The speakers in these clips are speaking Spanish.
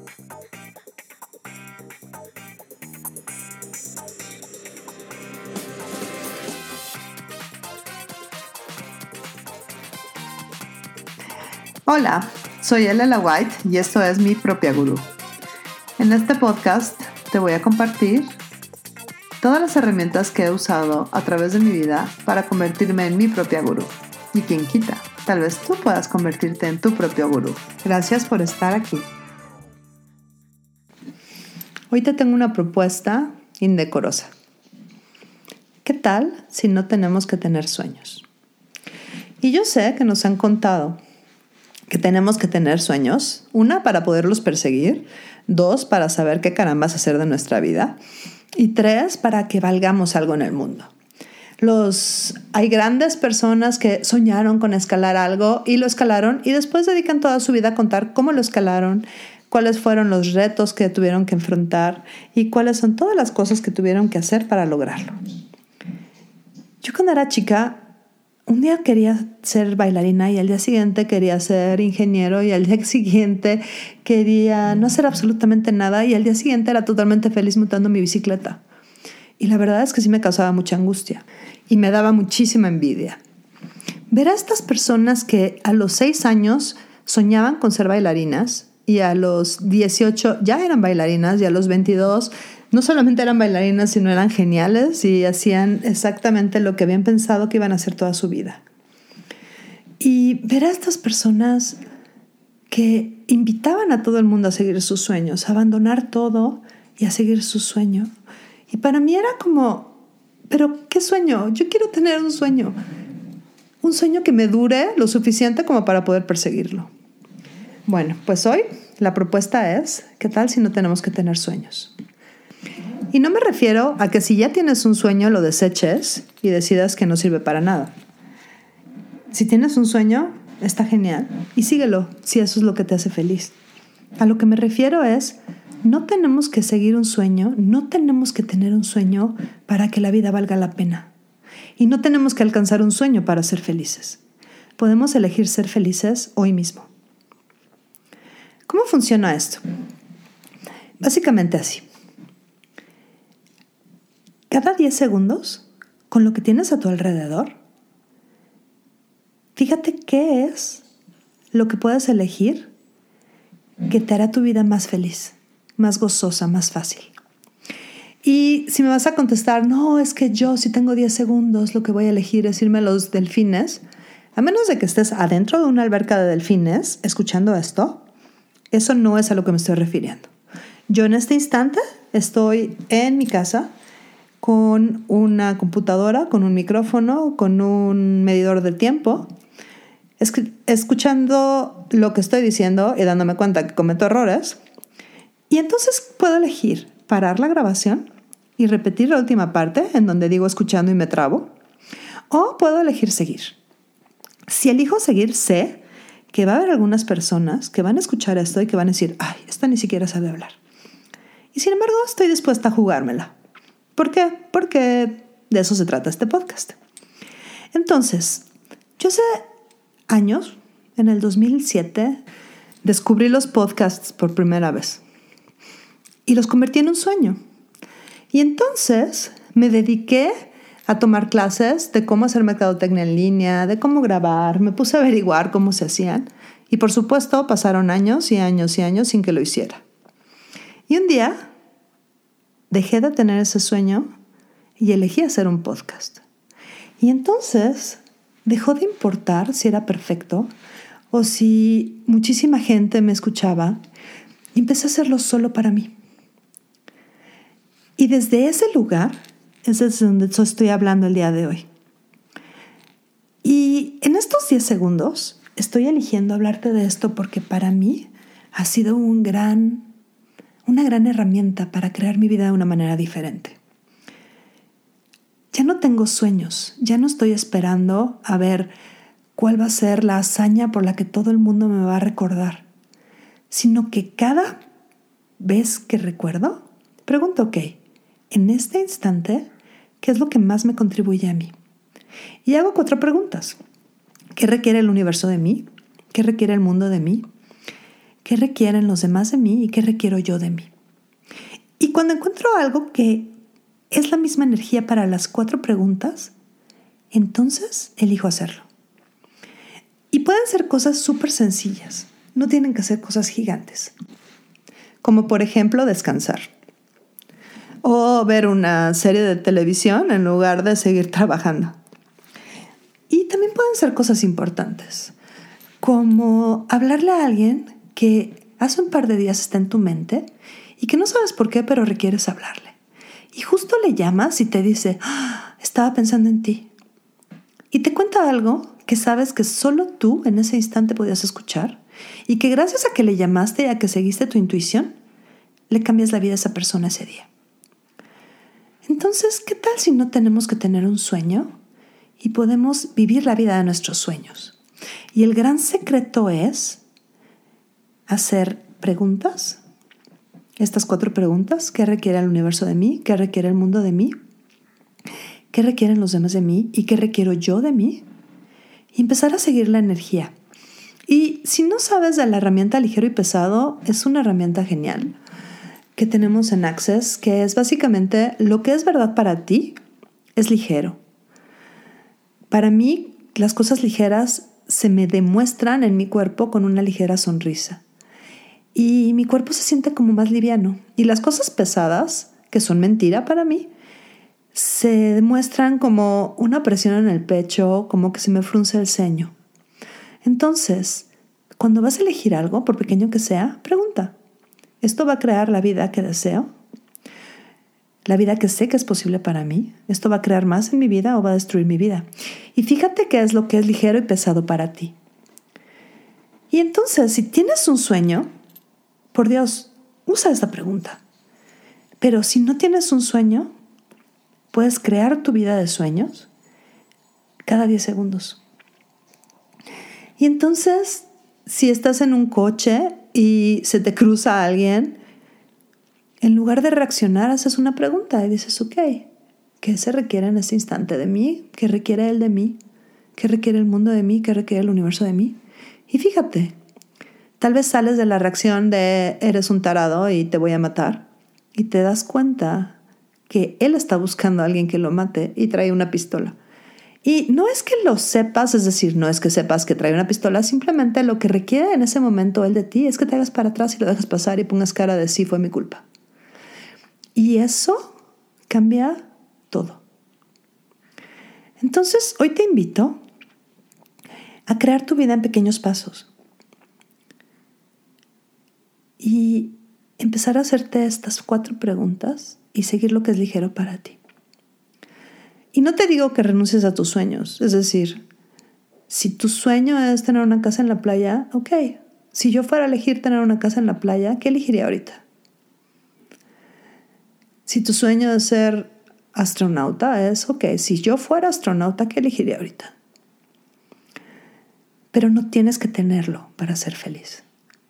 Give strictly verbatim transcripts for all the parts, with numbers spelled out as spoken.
Hola, soy Elela White y esto es Mi Propia Gurú. En este podcast te voy a compartir todas las herramientas que he usado a través de mi vida para convertirme en mi propia gurú. Y quien quita, tal vez tú puedas convertirte en tu propio gurú. Gracias por estar aquí. Hoy te tengo una propuesta indecorosa. ¿Qué tal si no tenemos que tener sueños? Y yo sé que nos han contado que tenemos que tener sueños, una, para poderlos perseguir, dos, para saber qué carambas hacer de nuestra vida, y tres, para que valgamos algo en el mundo. Los, hay grandes personas que soñaron con escalar algo y lo escalaron y después dedican toda su vida a contar cómo lo escalaron, cuáles fueron los retos que tuvieron que enfrentar y cuáles son todas las cosas que tuvieron que hacer para lograrlo. Yo cuando era chica, un día quería ser bailarina y al día siguiente quería ser ingeniero y al día siguiente quería no hacer absolutamente nada y al día siguiente era totalmente feliz montando mi bicicleta. Y la verdad es que sí me causaba mucha angustia y me daba muchísima envidia. Ver a estas personas que a los seis años soñaban con ser bailarinas y a los dieciocho ya eran bailarinas y a los veintidós no solamente eran bailarinas, sino eran geniales y hacían exactamente lo que habían pensado que iban a hacer toda su vida. Y ver a estas personas que invitaban a todo el mundo a seguir sus sueños, a abandonar todo y a seguir su sueño. Y para mí era como, ¿pero qué sueño? Yo quiero tener un sueño. Un sueño que me dure lo suficiente como para poder perseguirlo. Bueno, pues hoy la propuesta es, ¿qué tal si no tenemos que tener sueños? Y no me refiero a que si ya tienes un sueño lo deseches y decidas que no sirve para nada. Si tienes un sueño, está genial y síguelo si eso es lo que te hace feliz. A lo que me refiero es, no tenemos que seguir un sueño, no tenemos que tener un sueño para que la vida valga la pena. Y no tenemos que alcanzar un sueño para ser felices. Podemos elegir ser felices hoy mismo. ¿Cómo funciona esto? Básicamente así. Cada diez segundos, con lo que tienes a tu alrededor, fíjate qué es lo que puedes elegir que te hará tu vida más feliz, más gozosa, más fácil. Y si me vas a contestar, no, es que yo si tengo diez segundos, lo que voy a elegir es irme a los delfines, a menos de que estés adentro de una alberca de delfines escuchando esto, eso no es a lo que me estoy refiriendo. Yo en este instante estoy en mi casa con una computadora, con un micrófono, con un medidor de tiempo, escuchando lo que estoy diciendo y dándome cuenta que cometo errores. Y entonces puedo elegir parar la grabación y repetir la última parte en donde digo escuchando y me trabo, o puedo elegir seguir. Si elijo seguir, sé que va a haber algunas personas que van a escuchar esto y que van a decir, ay, esta ni siquiera sabe hablar. Y sin embargo, estoy dispuesta a jugármela. ¿Por qué? Porque de eso se trata este podcast. Entonces, yo hace años, en el dos mil siete, descubrí los podcasts por primera vez y los convertí en un sueño. Y entonces me dediqué a tomar clases de cómo hacer mercadotecnia en línea, de cómo grabar, me puse a averiguar cómo se hacían y por supuesto pasaron años y años y años sin que lo hiciera. Y un día dejé de tener ese sueño y elegí hacer un podcast. Y entonces dejó de importar si era perfecto o si muchísima gente me escuchaba y empecé a hacerlo solo para mí. Y desde ese lugar es desde donde estoy hablando el día de hoy. Y en estos diez segundos estoy eligiendo hablarte de esto porque para mí ha sido un gran una gran herramienta para crear mi vida de una manera diferente. Ya no tengo sueños, ya no estoy esperando a ver cuál va a ser la hazaña por la que todo el mundo me va a recordar, sino que cada vez que recuerdo, pregunto, ok, en este instante, ¿qué es lo que más me contribuye a mí? Y hago cuatro preguntas. ¿Qué requiere el universo de mí? ¿Qué requiere el mundo de mí? ¿Qué requieren los demás de mí y qué requiero yo de mí? Y cuando encuentro algo que es la misma energía para las cuatro preguntas, entonces elijo hacerlo. Y pueden ser cosas súper sencillas, no tienen que ser cosas gigantes. Como por ejemplo descansar. O ver una serie de televisión en lugar de seguir trabajando. Y también pueden ser cosas importantes, como hablarle a alguien que hace un par de días está en tu mente y que no sabes por qué, pero requieres hablarle. Y justo le llamas y te dice, ah, estaba pensando en ti. Y te cuenta algo que sabes que solo tú en ese instante podías escuchar y que gracias a que le llamaste y a que seguiste tu intuición, le cambias la vida a esa persona ese día. Entonces, ¿qué tal si no tenemos que tener un sueño y podemos vivir la vida de nuestros sueños? Y el gran secreto es hacer preguntas. Estas cuatro preguntas: ¿qué requiere el universo de mí? ¿Qué requiere el mundo de mí? ¿Qué requieren los demás de mí? ¿Y qué requiero yo de mí? Y empezar a seguir la energía. Y si no sabes de la herramienta ligero y pesado, es una herramienta genial que tenemos en Access, que es básicamente lo que es verdad para ti es ligero. Para mí, las cosas ligeras se me demuestran en mi cuerpo con una ligera sonrisa. Y mi cuerpo se siente como más liviano. Y las cosas pesadas, que son mentira para mí, se demuestran como una presión en el pecho, como que se me frunce el ceño. Entonces, cuando vas a elegir algo, por pequeño que sea, pregunta: ¿esto va a crear la vida que deseo? ¿La vida que sé que es posible para mí? ¿Esto va a crear más en mi vida o va a destruir mi vida? Y fíjate qué es lo que es ligero y pesado para ti. Y entonces, si tienes un sueño, por Dios, usa esta pregunta. Pero si no tienes un sueño, puedes crear tu vida de sueños cada diez segundos. Y entonces, si estás en un coche y se te cruza alguien, en lugar de reaccionar, haces una pregunta y dices, ok, ¿qué se requiere en este instante de mí? ¿Qué requiere él de mí? ¿Qué requiere el mundo de mí? ¿Qué requiere el universo de mí? Y fíjate, tal vez sales de la reacción de eres un tarado y te voy a matar y te das cuenta que él está buscando a alguien que lo mate y trae una pistola. Y no es que lo sepas, es decir, no es que sepas que trae una pistola, simplemente lo que requiere en ese momento él de ti es que te hagas para atrás y lo dejes pasar y pongas cara de sí, fue mi culpa. Y eso cambia todo. Entonces, hoy te invito a crear tu vida en pequeños pasos y empezar a hacerte estas cuatro preguntas y seguir lo que es ligero para ti. Y no te digo que renuncies a tus sueños, es decir, si tu sueño es tener una casa en la playa, ok, si yo fuera a elegir tener una casa en la playa, ¿qué elegiría ahorita? Si tu sueño es ser astronauta, es ok, si yo fuera astronauta, ¿qué elegiría ahorita? Pero no tienes que tenerlo para ser feliz.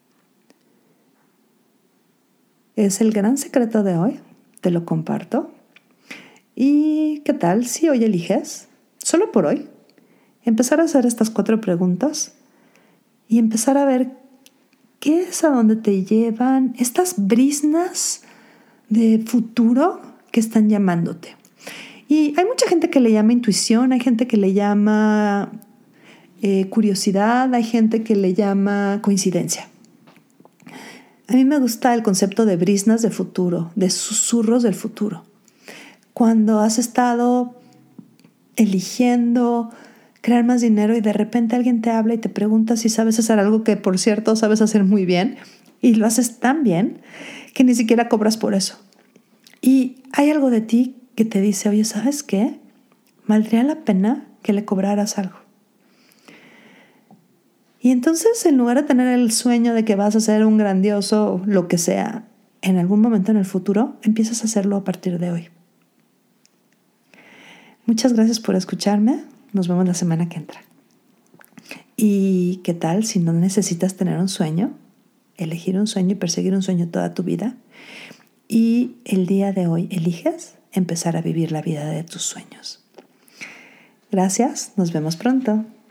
Es el gran secreto de hoy, te lo comparto. ¿Y qué tal si hoy eliges, solo por hoy, empezar a hacer estas cuatro preguntas y empezar a ver qué es a dónde te llevan estas brisnas de futuro que están llamándote? Y hay mucha gente que le llama intuición, hay gente que le llama eh, curiosidad, hay gente que le llama coincidencia. A mí me gusta el concepto de brisnas de futuro, de susurros del futuro. Cuando has estado eligiendo crear más dinero y de repente alguien te habla y te pregunta si sabes hacer algo que, por cierto, sabes hacer muy bien y lo haces tan bien que ni siquiera cobras por eso. Y hay algo de ti que te dice, oye, ¿sabes qué? Valdría la pena que le cobraras algo. Y entonces, en lugar de tener el sueño de que vas a ser un grandioso lo que sea en algún momento en el futuro, empiezas a hacerlo a partir de hoy. Muchas gracias por escucharme. Nos vemos la semana que entra. ¿Y qué tal si no necesitas tener un sueño? Elegir un sueño y perseguir un sueño toda tu vida. Y el día de hoy eliges empezar a vivir la vida de tus sueños. Gracias. Nos vemos pronto.